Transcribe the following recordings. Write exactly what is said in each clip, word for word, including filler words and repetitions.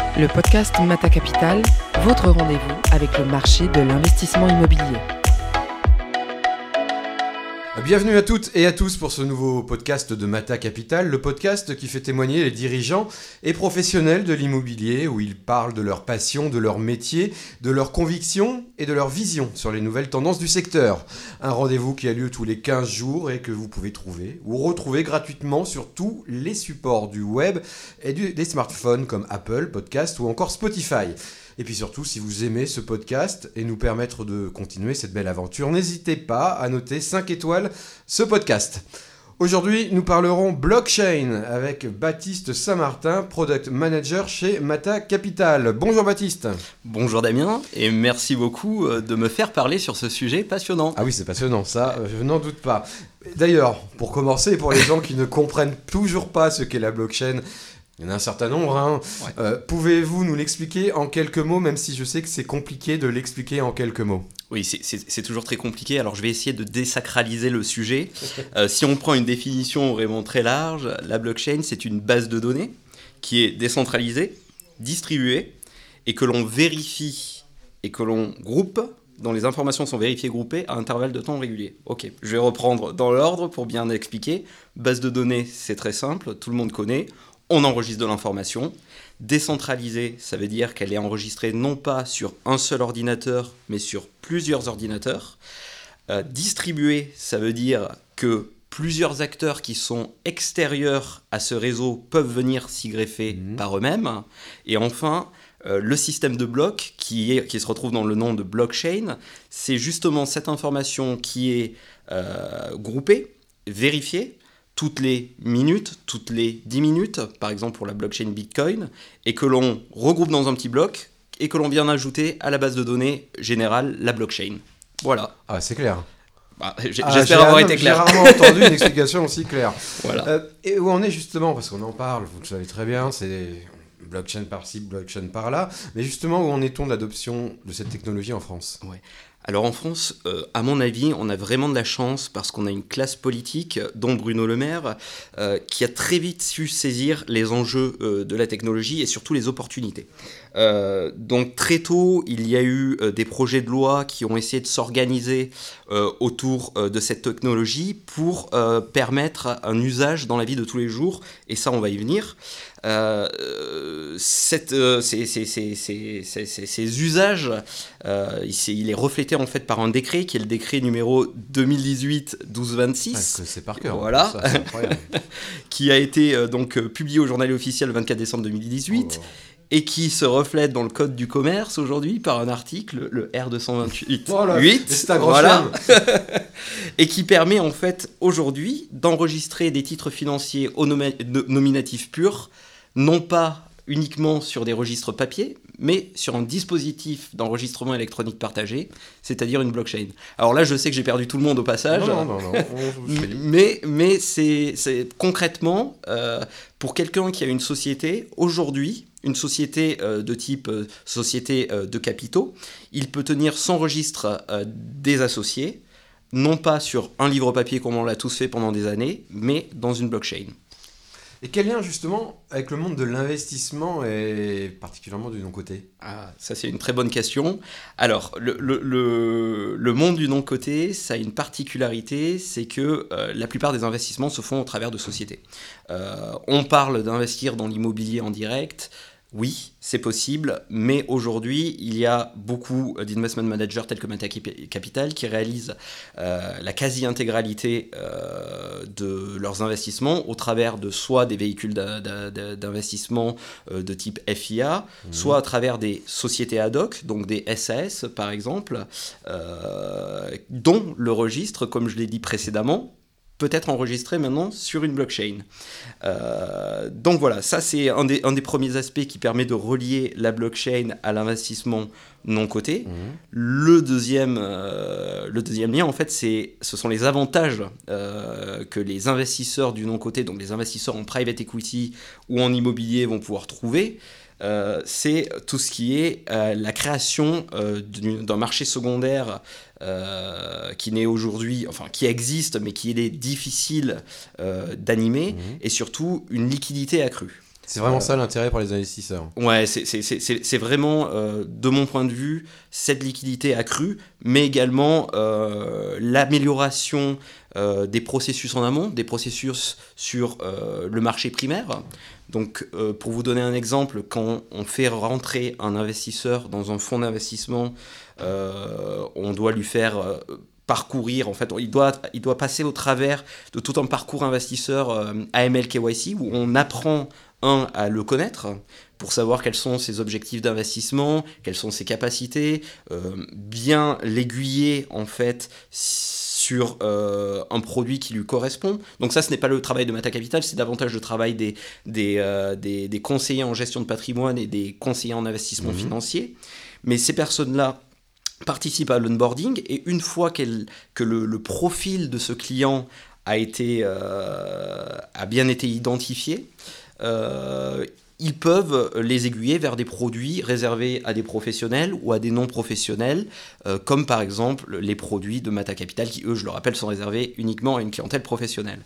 Le podcast Mata Capital, votre rendez-vous avec le marché de l'investissement immobilier. Bienvenue à toutes et à tous pour ce nouveau podcast de Mata Capital, le podcast qui fait témoigner les dirigeants et professionnels de l'immobilier, où ils parlent de leur passion, de leur métier, de leurs convictions et de leur vision sur les nouvelles tendances du secteur. Un rendez-vous qui a lieu tous les quinze jours et que vous pouvez trouver ou retrouver gratuitement sur tous les supports du web et du, des smartphones comme Apple Podcast ou encore Spotify. Et puis surtout, si vous aimez ce podcast et nous permettre de continuer cette belle aventure, n'hésitez pas à noter cinq étoiles ce podcast. Aujourd'hui, nous parlerons blockchain avec Baptiste Saint-Martin, Product Manager chez Mata Capital. Bonjour Baptiste. Bonjour Damien, et merci beaucoup de me faire parler sur ce sujet passionnant. Ah oui, c'est passionnant, ça, je n'en doute pas. D'ailleurs, pour commencer, pour les gens qui ne comprennent toujours pas ce qu'est la blockchain, il y en a un certain nombre. Hein. Ouais. Euh, pouvez-vous nous l'expliquer en quelques mots, même si je sais que c'est compliqué de l'expliquer en quelques mots ? Oui, c'est, c'est, c'est toujours très compliqué. Alors, je vais essayer de désacraliser le sujet. Euh, si on prend une définition vraiment très large, la blockchain, c'est une base de données qui est décentralisée, distribuée, et que l'on vérifie et que l'on groupe, dont les informations sont vérifiées, groupées à intervalles de temps réguliers. Ok, je vais reprendre dans l'ordre pour bien expliquer. Base de données, c'est très simple, tout le monde connaît. On enregistre de l'information. Décentralisée, ça veut dire qu'elle est enregistrée non pas sur un seul ordinateur, mais sur plusieurs ordinateurs. Euh, distribuée, ça veut dire que plusieurs acteurs qui sont extérieurs à ce réseau peuvent venir s'y greffer mmh. par eux-mêmes. Et enfin, euh, le système de blocs, qui, est, qui se retrouve dans le nom de blockchain, c'est justement cette information qui est euh, groupée, vérifiée, toutes les minutes, toutes les dix minutes, par exemple pour la blockchain Bitcoin, et que l'on regroupe dans un petit bloc, et que l'on vient ajouter à la base de données générale, la blockchain. Voilà. Ah, c'est clair. Bah, j'ai, ah, j'espère avoir été clair. J'ai rarement entendu une explication aussi claire. Voilà. Euh, et où on est justement, parce qu'on en parle, vous le savez très bien, c'est blockchain par-ci, blockchain par-là, mais justement, où en est-on de l'adoption de cette technologie en France ? Ouais. Alors en France, euh, à mon avis, on a vraiment de la chance parce qu'on a une classe politique, dont Bruno Le Maire, euh, qui a très vite su saisir les enjeux euh, de la technologie et surtout les opportunités. Euh, donc très tôt, il y a eu euh, des projets de loi qui ont essayé de s'organiser euh, autour euh, de cette technologie pour euh, permettre un usage dans la vie de tous les jours, et ça on va y venir. Euh, cette, euh, ces, ces, ces, ces, ces, ces usages, euh, il, il est reflété en fait par un décret qui est le décret numéro deux mille dix-huit douze vingt-six. Ouais, c'est par cœur. Voilà. Ça, c'est incroyable. Qui a été euh, donc euh, publié au journal officiel le vingt-quatre décembre deux mille dix-huit. Oh. Et qui se reflète dans le code du commerce aujourd'hui par un article, le R deux cent vingt-huit oh là, huit, c'est un grand voilà, et qui permet en fait aujourd'hui d'enregistrer des titres financiers au nom- nominatif pur, non pas uniquement sur des registres papier, mais sur un dispositif d'enregistrement électronique partagé, c'est-à-dire une blockchain. Alors là, je sais que j'ai perdu tout le monde au passage, non, non, non, non. mais, mais c'est, c'est concrètement, euh, pour quelqu'un qui a une société, aujourd'hui, une société euh, de type euh, société euh, de capitaux, il peut tenir son registre euh, des associés, non pas sur un livre papier comme on l'a tous fait pendant des années, mais dans une blockchain. Et quel lien justement avec le monde de l'investissement et particulièrement du non-coté ? Ah, ça c'est une très bonne question. Alors, le, le, le, le monde du non-coté, ça a une particularité, c'est que euh, la plupart des investissements se font au travers de sociétés. Euh, on parle d'investir dans l'immobilier en direct. Oui, c'est possible, mais aujourd'hui, il y a beaucoup d'investment managers tels que Mata Capital qui réalisent euh, la quasi-intégralité euh, de leurs investissements au travers de soit des véhicules d'a, d'a, d'investissement euh, de type F I A, mmh. soit à travers des sociétés ad hoc, donc des S A S par exemple, euh, dont le registre, comme je l'ai dit précédemment, peut être enregistré maintenant sur une blockchain. Euh, donc voilà, ça c'est un des, un des premiers aspects qui permet de relier la blockchain à l'investissement non coté. Mmh. Le deuxième, euh, le deuxième lien, en fait, c'est, ce sont les avantages euh, que les investisseurs du non coté, donc les investisseurs en private equity ou en immobilier vont pouvoir trouver. Euh, c'est tout ce qui est euh, la création euh, d'un marché secondaire euh, qui n'est aujourd'hui, enfin qui existe, mais qui est difficile euh, d'animer, mmh. et surtout une liquidité accrue. C'est vraiment Euh, ça l'intérêt pour les investisseurs. Ouais, c'est, c'est, c'est, c'est c'est vraiment, euh, de mon point de vue, cette liquidité accrue, mais également euh, l'amélioration euh, des processus en amont, des processus sur euh, le marché primaire. Donc, euh, pour vous donner un exemple, quand on fait rentrer un investisseur dans un fonds d'investissement, euh, on doit lui faire euh, parcourir, en fait, il doit, il doit passer au travers de tout un parcours investisseur euh, A M L K Y C, où on apprend, un, à le connaître, pour savoir quels sont ses objectifs d'investissement, quelles sont ses capacités, euh, bien l'aiguiller, en fait, sur euh, un produit qui lui correspond. Donc ça, ce n'est pas le travail de Mata Capital, c'est davantage le travail des, des, euh, des, des conseillers en gestion de patrimoine et des conseillers en investissement mmh. financier. Mais ces personnes-là participent à l'onboarding, et une fois qu'elle, que le, le profil de ce client a, été, euh, a bien été identifié, euh, ils peuvent les aiguiller vers des produits réservés à des professionnels ou à des non-professionnels, euh, comme par exemple les produits de Mata Capital, qui eux, je le rappelle, sont réservés uniquement à une clientèle professionnelle.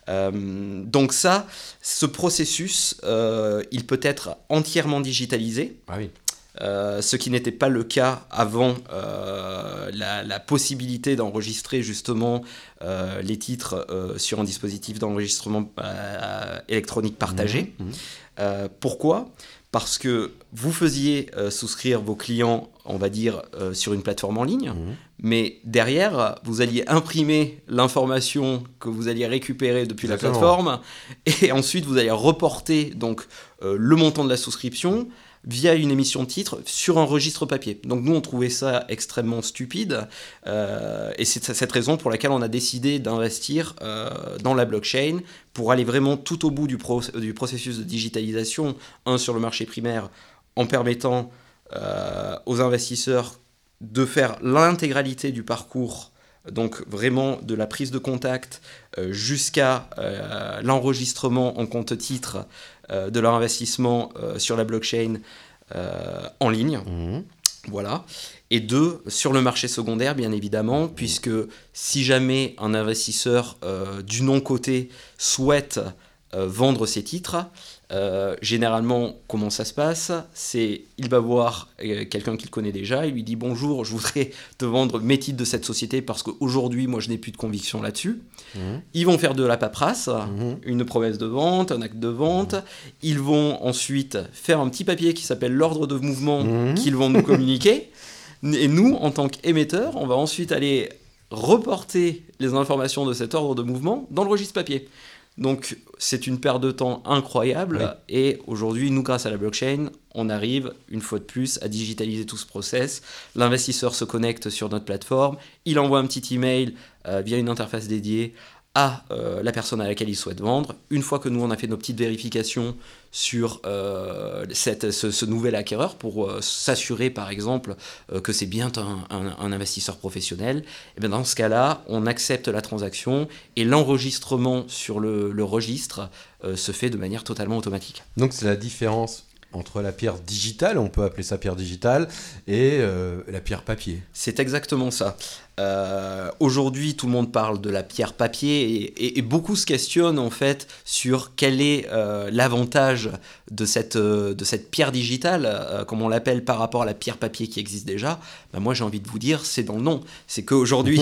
Euh, donc ça, ce processus, euh, il peut être entièrement digitalisé. Ah oui. Euh, ce qui n'était pas le cas avant euh, la, la possibilité d'enregistrer justement euh, les titres euh, sur un dispositif d'enregistrement euh, électronique partagé. Mmh, mmh. Euh, pourquoi ? Parce que vous faisiez euh, souscrire vos clients, on va dire, euh, sur une plateforme en ligne, mmh. mais derrière, vous alliez imprimer l'information que vous alliez récupérer depuis Exactement. La plateforme, et ensuite vous alliez reporter donc, euh, le montant de la souscription via une émission de titre sur un registre papier. Donc nous, on trouvait ça extrêmement stupide, euh, et c'est cette raison pour laquelle on a décidé d'investir euh, dans la blockchain pour aller vraiment tout au bout du, pro- du processus de digitalisation, un, sur le marché primaire, en permettant euh, aux investisseurs de faire l'intégralité du parcours, donc vraiment de la prise de contact euh, jusqu'à euh, l'enregistrement en compte titre euh, de leur investissement euh, sur la blockchain euh, en ligne. Mmh. Voilà. Et deux, sur le marché secondaire, bien évidemment, puisque si jamais un investisseur euh, du non-côté souhaite euh, vendre ses titres, Euh, généralement, comment ça se passe ? C'est, il va voir euh, quelqu'un qu'il connaît déjà, il lui dit « Bonjour, je voudrais te vendre mes titres de cette société parce qu'aujourd'hui, moi, je n'ai plus de conviction là-dessus. Mmh. » Ils vont faire de la paperasse, mmh. une promesse de vente, un acte de vente. Mmh. Ils vont ensuite faire un petit papier qui s'appelle l'ordre de mouvement mmh. qu'ils vont nous communiquer. Et nous, en tant qu'émetteurs, on va ensuite aller reporter les informations de cet ordre de mouvement dans le registre papier. Donc, c'est une perte de temps incroyable. Oui. Et aujourd'hui, nous, grâce à la blockchain, on arrive, une fois de plus, à digitaliser tout ce process. L'investisseur se connecte sur notre plateforme, il envoie un petit email euh, via une interface dédiée à euh, la personne à laquelle il souhaite vendre. Une fois que nous, on a fait nos petites vérifications sur euh, cette, ce, ce nouvel acquéreur pour euh, s'assurer, par exemple, euh, que c'est bien un, un, un investisseur professionnel, et bien dans ce cas-là, on accepte la transaction et l'enregistrement sur le, le registre euh, se fait de manière totalement automatique. Donc, c'est la différence entre la pierre digitale, on peut appeler ça pierre digitale, et euh, la pierre papier. C'est exactement ça. Euh, aujourd'hui, tout le monde parle de la pierre papier et, et, et beaucoup se questionnent en fait sur quel est euh, l'avantage de cette, euh, de cette pierre digitale, euh, comme on l'appelle, par rapport à la pierre papier qui existe déjà. Ben moi, j'ai envie de vous dire, c'est dans le nom. C'est qu'aujourd'hui,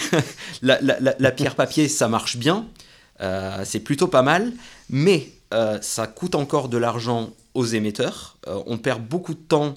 la, la, la, la pierre papier, ça marche bien, euh, c'est plutôt pas mal, mais euh, ça coûte encore de l'argent aux émetteurs. Euh, on perd beaucoup de temps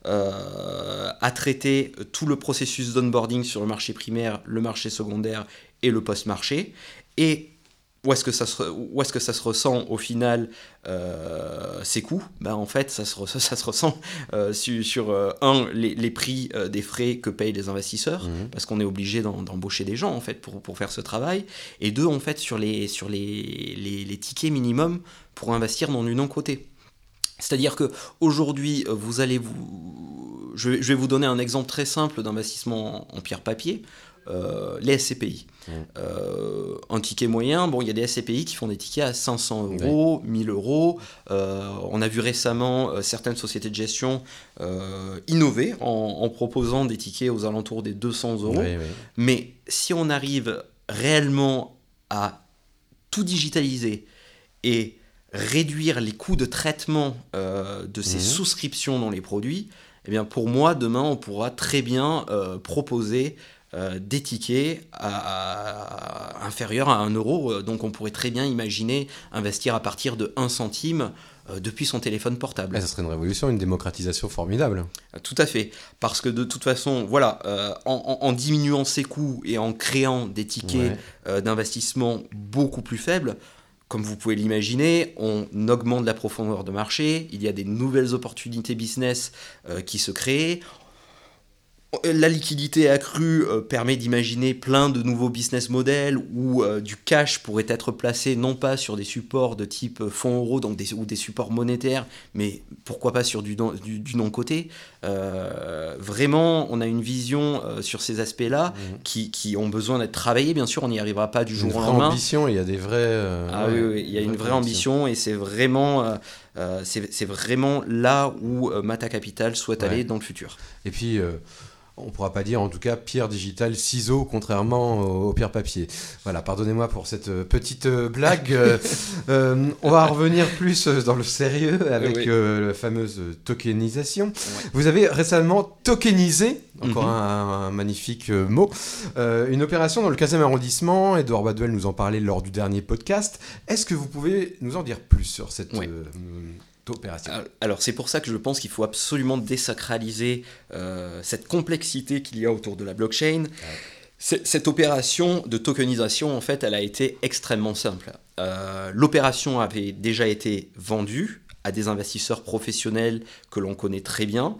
euh, à traiter tout le processus d'onboarding sur le marché primaire, le marché secondaire et le post-marché. Et où est-ce que ça se, où est-ce que ça se ressent au final euh, ces coûts ? Ben, en fait, ça se, ça se ressent euh, sur, sur euh, un, les, les prix euh, des frais que payent les investisseurs, mmh. parce qu'on est obligé d'en, d'embaucher des gens en fait, pour, pour faire ce travail. Et deux, en fait, sur les, sur les, les, les tickets minimums pour investir dans du non-coté. C'est-à-dire qu'aujourd'hui, vous allez vous... Je vais vous donner un exemple très simple d'investissement en pierre-papier, euh, les S C P I. Mmh. Euh, un ticket moyen, bon, il y a des S C P I qui font des tickets à cinq cents euros, oui. mille euros. Euh, on a vu récemment euh, certaines sociétés de gestion euh, innover en, en proposant des tickets aux alentours des deux cents euros. Oui, oui. Mais si on arrive réellement à tout digitaliser et réduire les coûts de traitement euh, de ces Mmh. souscriptions dans les produits, eh bien pour moi, demain, on pourra très bien euh, proposer euh, des tickets à, à, inférieurs à un euro. Donc on pourrait très bien imaginer investir à partir de un centime euh, depuis son téléphone portable. Ah, ça serait une révolution, une démocratisation formidable. Tout à fait, parce que de toute façon, voilà, euh, en, en, en diminuant ses coûts et en créant des tickets Ouais. euh, d'investissement beaucoup plus faibles, comme vous pouvez l'imaginer, on augmente la profondeur de marché, il y a des nouvelles opportunités business euh, qui se créent. La liquidité accrue euh, permet d'imaginer plein de nouveaux business models où euh, du cash pourrait être placé non pas sur des supports de type euh, fonds euros donc des, ou des supports monétaires, mais pourquoi pas sur du, du, du non-coté. Euh, vraiment, on a une vision euh, sur ces aspects-là Mmh. qui, qui ont besoin d'être travaillés. Bien sûr, on n'y arrivera pas du Une jour au vraie lendemain. ambition, il y a des vrais... euh, Ah ouais, oui, oui, il y a une vraie ambition et c'est vraiment, euh, euh, c'est, c'est vraiment là où euh, Mata Capital souhaite Ouais. aller dans le futur. Et puis, euh, on ne pourra pas dire, en tout cas, pierre digitale, ciseaux, contrairement au, au pierre papier. Voilà, pardonnez-moi pour cette euh, petite euh, blague. Euh, euh, on va revenir plus euh, dans le sérieux avec Oui. euh, la fameuse tokenisation. Ouais. Vous avez récemment tokenisé, encore Mhm. un, un magnifique euh, mot, euh, une opération dans le quinzième arrondissement. Edouard Baduel nous en parlait lors du dernier podcast. Est-ce que vous pouvez nous en dire plus sur cette Ouais. euh, opération ? Alors c'est pour ça que je pense qu'il faut absolument désacraliser euh, cette complexité qu'il y a autour de la blockchain. Ouais. C'est, cette opération de tokenisation, en fait, elle a été extrêmement simple. Euh, l'opération avait déjà été vendue à des investisseurs professionnels que l'on connaît très bien,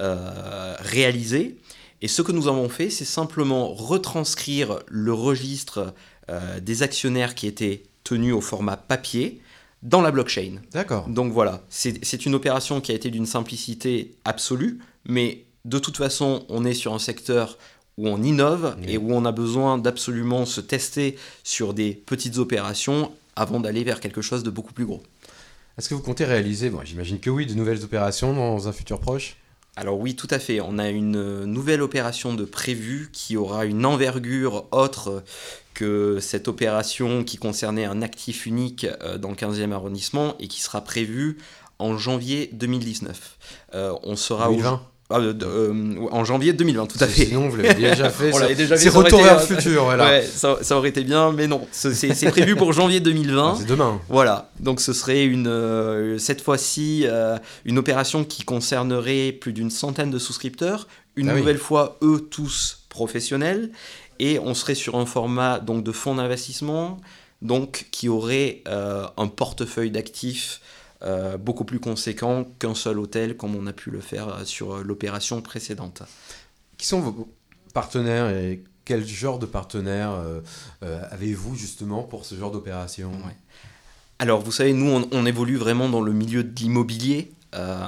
euh, réalisée. Et ce que nous avons fait, c'est simplement retranscrire le registre euh, des actionnaires qui étaient tenus au format papier dans la blockchain. D'accord. Donc voilà, c'est, c'est une opération qui a été d'une simplicité absolue, mais de toute façon, on est sur un secteur où on innove Oui. et où on a besoin d'absolument se tester sur des petites opérations avant d'aller vers quelque chose de beaucoup plus gros. Est-ce que vous comptez réaliser, bon, j'imagine que oui, de nouvelles opérations dans un futur proche ? Alors oui, tout à fait. On a une nouvelle opération de prévue qui aura une envergure autre que cette opération qui concernait un actif unique dans le quinzième arrondissement et qui sera prévue en janvier deux mille dix-neuf. Euh, on sera deux mille vingt au... Ah, euh, euh, en janvier deux mille vingt, tout à fait. Sinon, vous l'avez déjà fait. On ça... l'avait déjà c'est fait, retour été, vers le futur, voilà. Ouais, ça, ça aurait été bien, mais non. C'est, c'est prévu pour janvier deux mille vingt. Ah, c'est demain. Voilà. Donc ce serait une, euh, cette fois-ci euh, une opération qui concernerait plus d'une centaine de souscripteurs. Une ah nouvelle oui. fois, eux tous professionnels. Et on serait sur un format donc, de fonds d'investissement donc, qui aurait euh, un portefeuille d'actifs Euh, beaucoup plus conséquent qu'un seul hôtel comme on a pu le faire sur l'opération précédente. Qui sont vos partenaires et quel genre de partenaires euh, euh, avez-vous justement pour ce genre d'opération ? Ouais. Alors vous savez, nous on, on évolue vraiment dans le milieu de l'immobilier. Euh,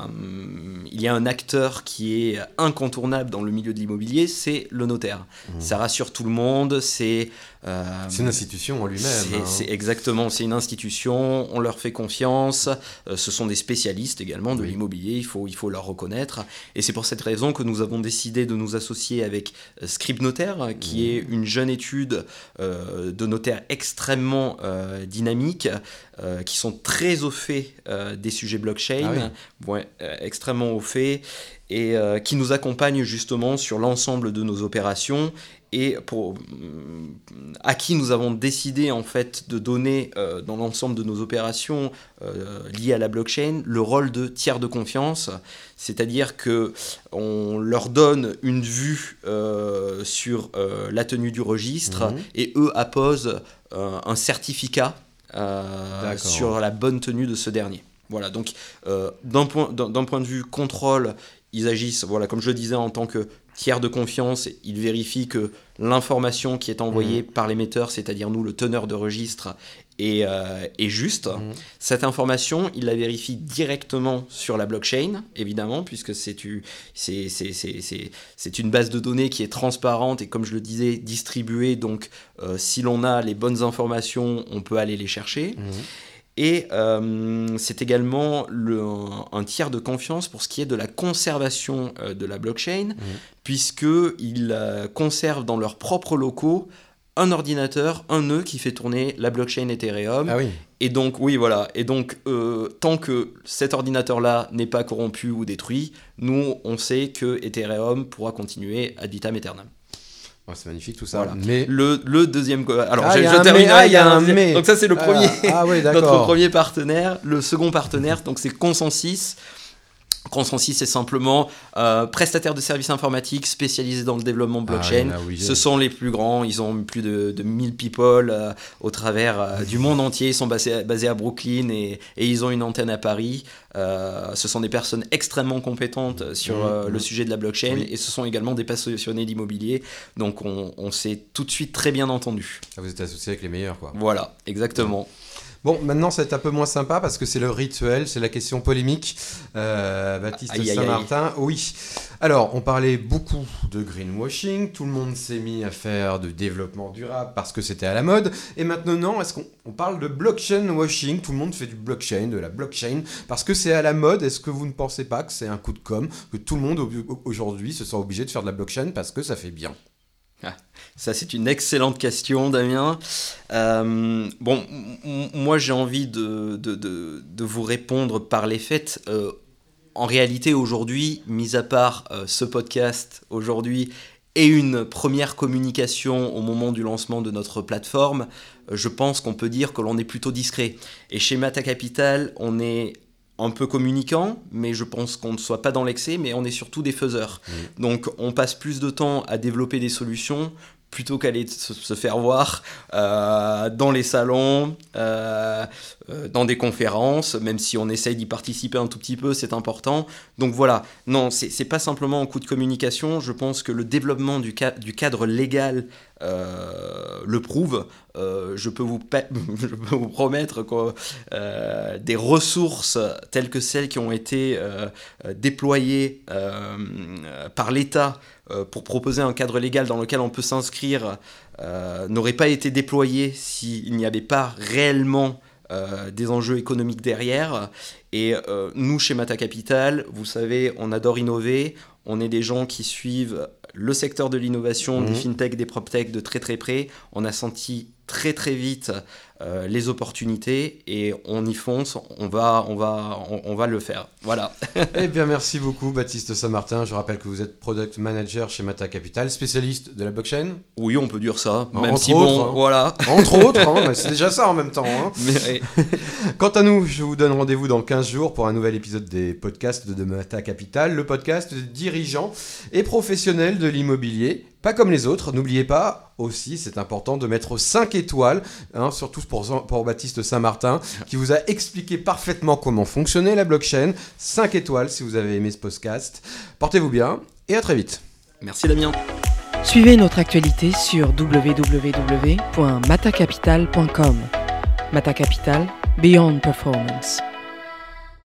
il y a un acteur qui est incontournable dans le milieu de l'immobilier, c'est le notaire. Mmh. Ça rassure tout le monde, c'est... Euh, c'est une institution en lui-même. C'est, hein. c'est exactement, c'est une institution, on leur fait confiance, euh, ce sont des spécialistes également de oui. l'immobilier, il faut, il faut leur reconnaître. Et c'est pour cette raison que nous avons décidé de nous associer avec Scribnotaire, qui mmh. est une jeune étude euh, de notaires extrêmement euh, dynamique, euh, qui sont très au fait euh, des sujets blockchain, ah oui. ouais, euh, extrêmement au fait, et euh, qui nous accompagne justement sur l'ensemble de nos opérations, et pour, à qui nous avons décidé en fait de donner euh, dans l'ensemble de nos opérations euh, liées à la blockchain le rôle de tiers de confiance, c'est-à-dire que on leur donne une vue euh, sur euh, la tenue du registre mmh. et eux apposent euh, un certificat euh, sur la bonne tenue de ce dernier. Voilà, donc euh, d'un, point, d'un, d'un point de vue contrôle, ils agissent, voilà, comme je le disais, en tant que tiers de confiance. Ils vérifient que l'information qui est envoyée mmh. par l'émetteur, c'est-à-dire nous, le teneur de registre, est, euh, est juste. Mmh. Cette information, ils la vérifient directement sur la blockchain, évidemment, puisque c'est, c'est, c'est, c'est, c'est, c'est une base de données qui est transparente et, comme je le disais, distribuée. Donc, euh, si l'on a les bonnes informations, on peut aller les chercher. Mmh. Et euh, c'est également le, un, un tiers de confiance pour ce qui est de la conservation euh, de la blockchain, mmh. puisqu'ils euh, conservent dans leurs propres locaux un ordinateur, un nœud qui fait tourner la blockchain Ethereum. Ah oui. Et donc, oui, voilà. Et donc, euh, tant que cet ordinateur-là n'est pas corrompu ou détruit, nous, on sait que Ethereum pourra continuer ad vitam aeternam. Oh, c'est magnifique tout ça. Voilà. Mais le, le deuxième. Alors, ah, je, y a je un terminerai. mais, ah, y a un mais. Donc, ça, c'est le premier. Ah, ah, ouais, notre premier partenaire. Le second partenaire, donc, c'est Consensys. Consensys, c'est simplement euh, prestataire de services informatiques spécialisé dans le développement blockchain. Ah, oui, Ce sont les plus grands. Ils ont plus de, de mille people euh, au travers euh, du monde entier. Ils sont basés, basés à Brooklyn et, et ils ont une antenne à Paris. Euh, ce sont des personnes extrêmement compétentes sur euh, mmh, le sujet de la blockchain oui. et ce sont également des passionnés d'immobilier. Donc on, on s'est tout de suite très bien entendu. Ah, vous êtes associé avec les meilleurs, quoi. Voilà, exactement. Bon, maintenant, ça va être un peu moins sympa parce que c'est le rituel, c'est la question polémique. Euh, Baptiste aïe, Saint-Martin, aïe. Oui. Alors, on parlait beaucoup de greenwashing, tout le monde s'est mis à faire de développement durable parce que c'était à la mode. Et maintenant, est-ce qu'on on parle de blockchain washing? Tout le monde fait du blockchain, de la blockchain, parce que c'est à la mode. Est-ce que vous ne pensez pas que c'est un coup de com', que tout le monde aujourd'hui se sent obligé de faire de la blockchain parce que ça fait bien? Ah, ça, c'est une excellente question, Damien. Euh, bon, m- moi, j'ai envie de, de, de, de vous répondre par les faits. Euh, en réalité, aujourd'hui, mis à part euh, ce podcast aujourd'hui et une première communication au moment du lancement de notre plateforme, euh, je pense qu'on peut dire que l'on est plutôt discret. Et chez Mata Capital, on est un peu communicant, mais je pense qu'on ne soit pas dans l'excès, mais on est surtout des faiseurs. Mmh. Donc on passe plus de temps à développer des solutions plutôt qu'à aller se, se faire voir euh, dans les salons, euh, euh, dans des conférences, même si on essaye d'y participer un tout petit peu, c'est important. Donc voilà, non, c'est, c'est pas simplement un coup de communication, je pense que le développement du, ca- du cadre légal euh, le prouve. Euh, je, peux vous pa- je peux vous promettre que euh, des ressources telles que celles qui ont été euh, déployées euh, par l'État euh, pour proposer un cadre légal dans lequel on peut s'inscrire euh, n'auraient pas été déployées s'il n'y avait pas réellement euh, des enjeux économiques derrière. Et euh, nous, chez Mata Capital, vous savez, on adore innover. On est des gens qui suivent le secteur de l'innovation, mmh. des fintech, des proptech de très très près. On a senti très très vite euh, les opportunités et on y fonce, on va, on va, on, on va le faire. Voilà. Eh bien, merci beaucoup, Baptiste Saint-Martin. Je rappelle que vous êtes Product Manager chez Mata Capital, spécialiste de la blockchain. Oui, on peut dire ça. En, même entre si autres, bon, hein. voilà. Entre autres, hein, c'est déjà ça en même temps. Hein. Mais, Quant à nous, je vous donne rendez-vous dans quinze jours pour un nouvel épisode des podcasts de Mata Capital, le podcast des dirigeants et professionnels de l'immobilier. Pas comme les autres, n'oubliez pas aussi, c'est important de mettre cinq étoiles, hein, surtout pour, pour Baptiste Saint-Martin, qui vous a expliqué parfaitement comment fonctionnait la blockchain. cinq étoiles si vous avez aimé ce podcast. Portez-vous bien et à très vite. Merci Damien. Suivez notre actualité sur w w w point mata capital point com. Mata Capital, Beyond Performance.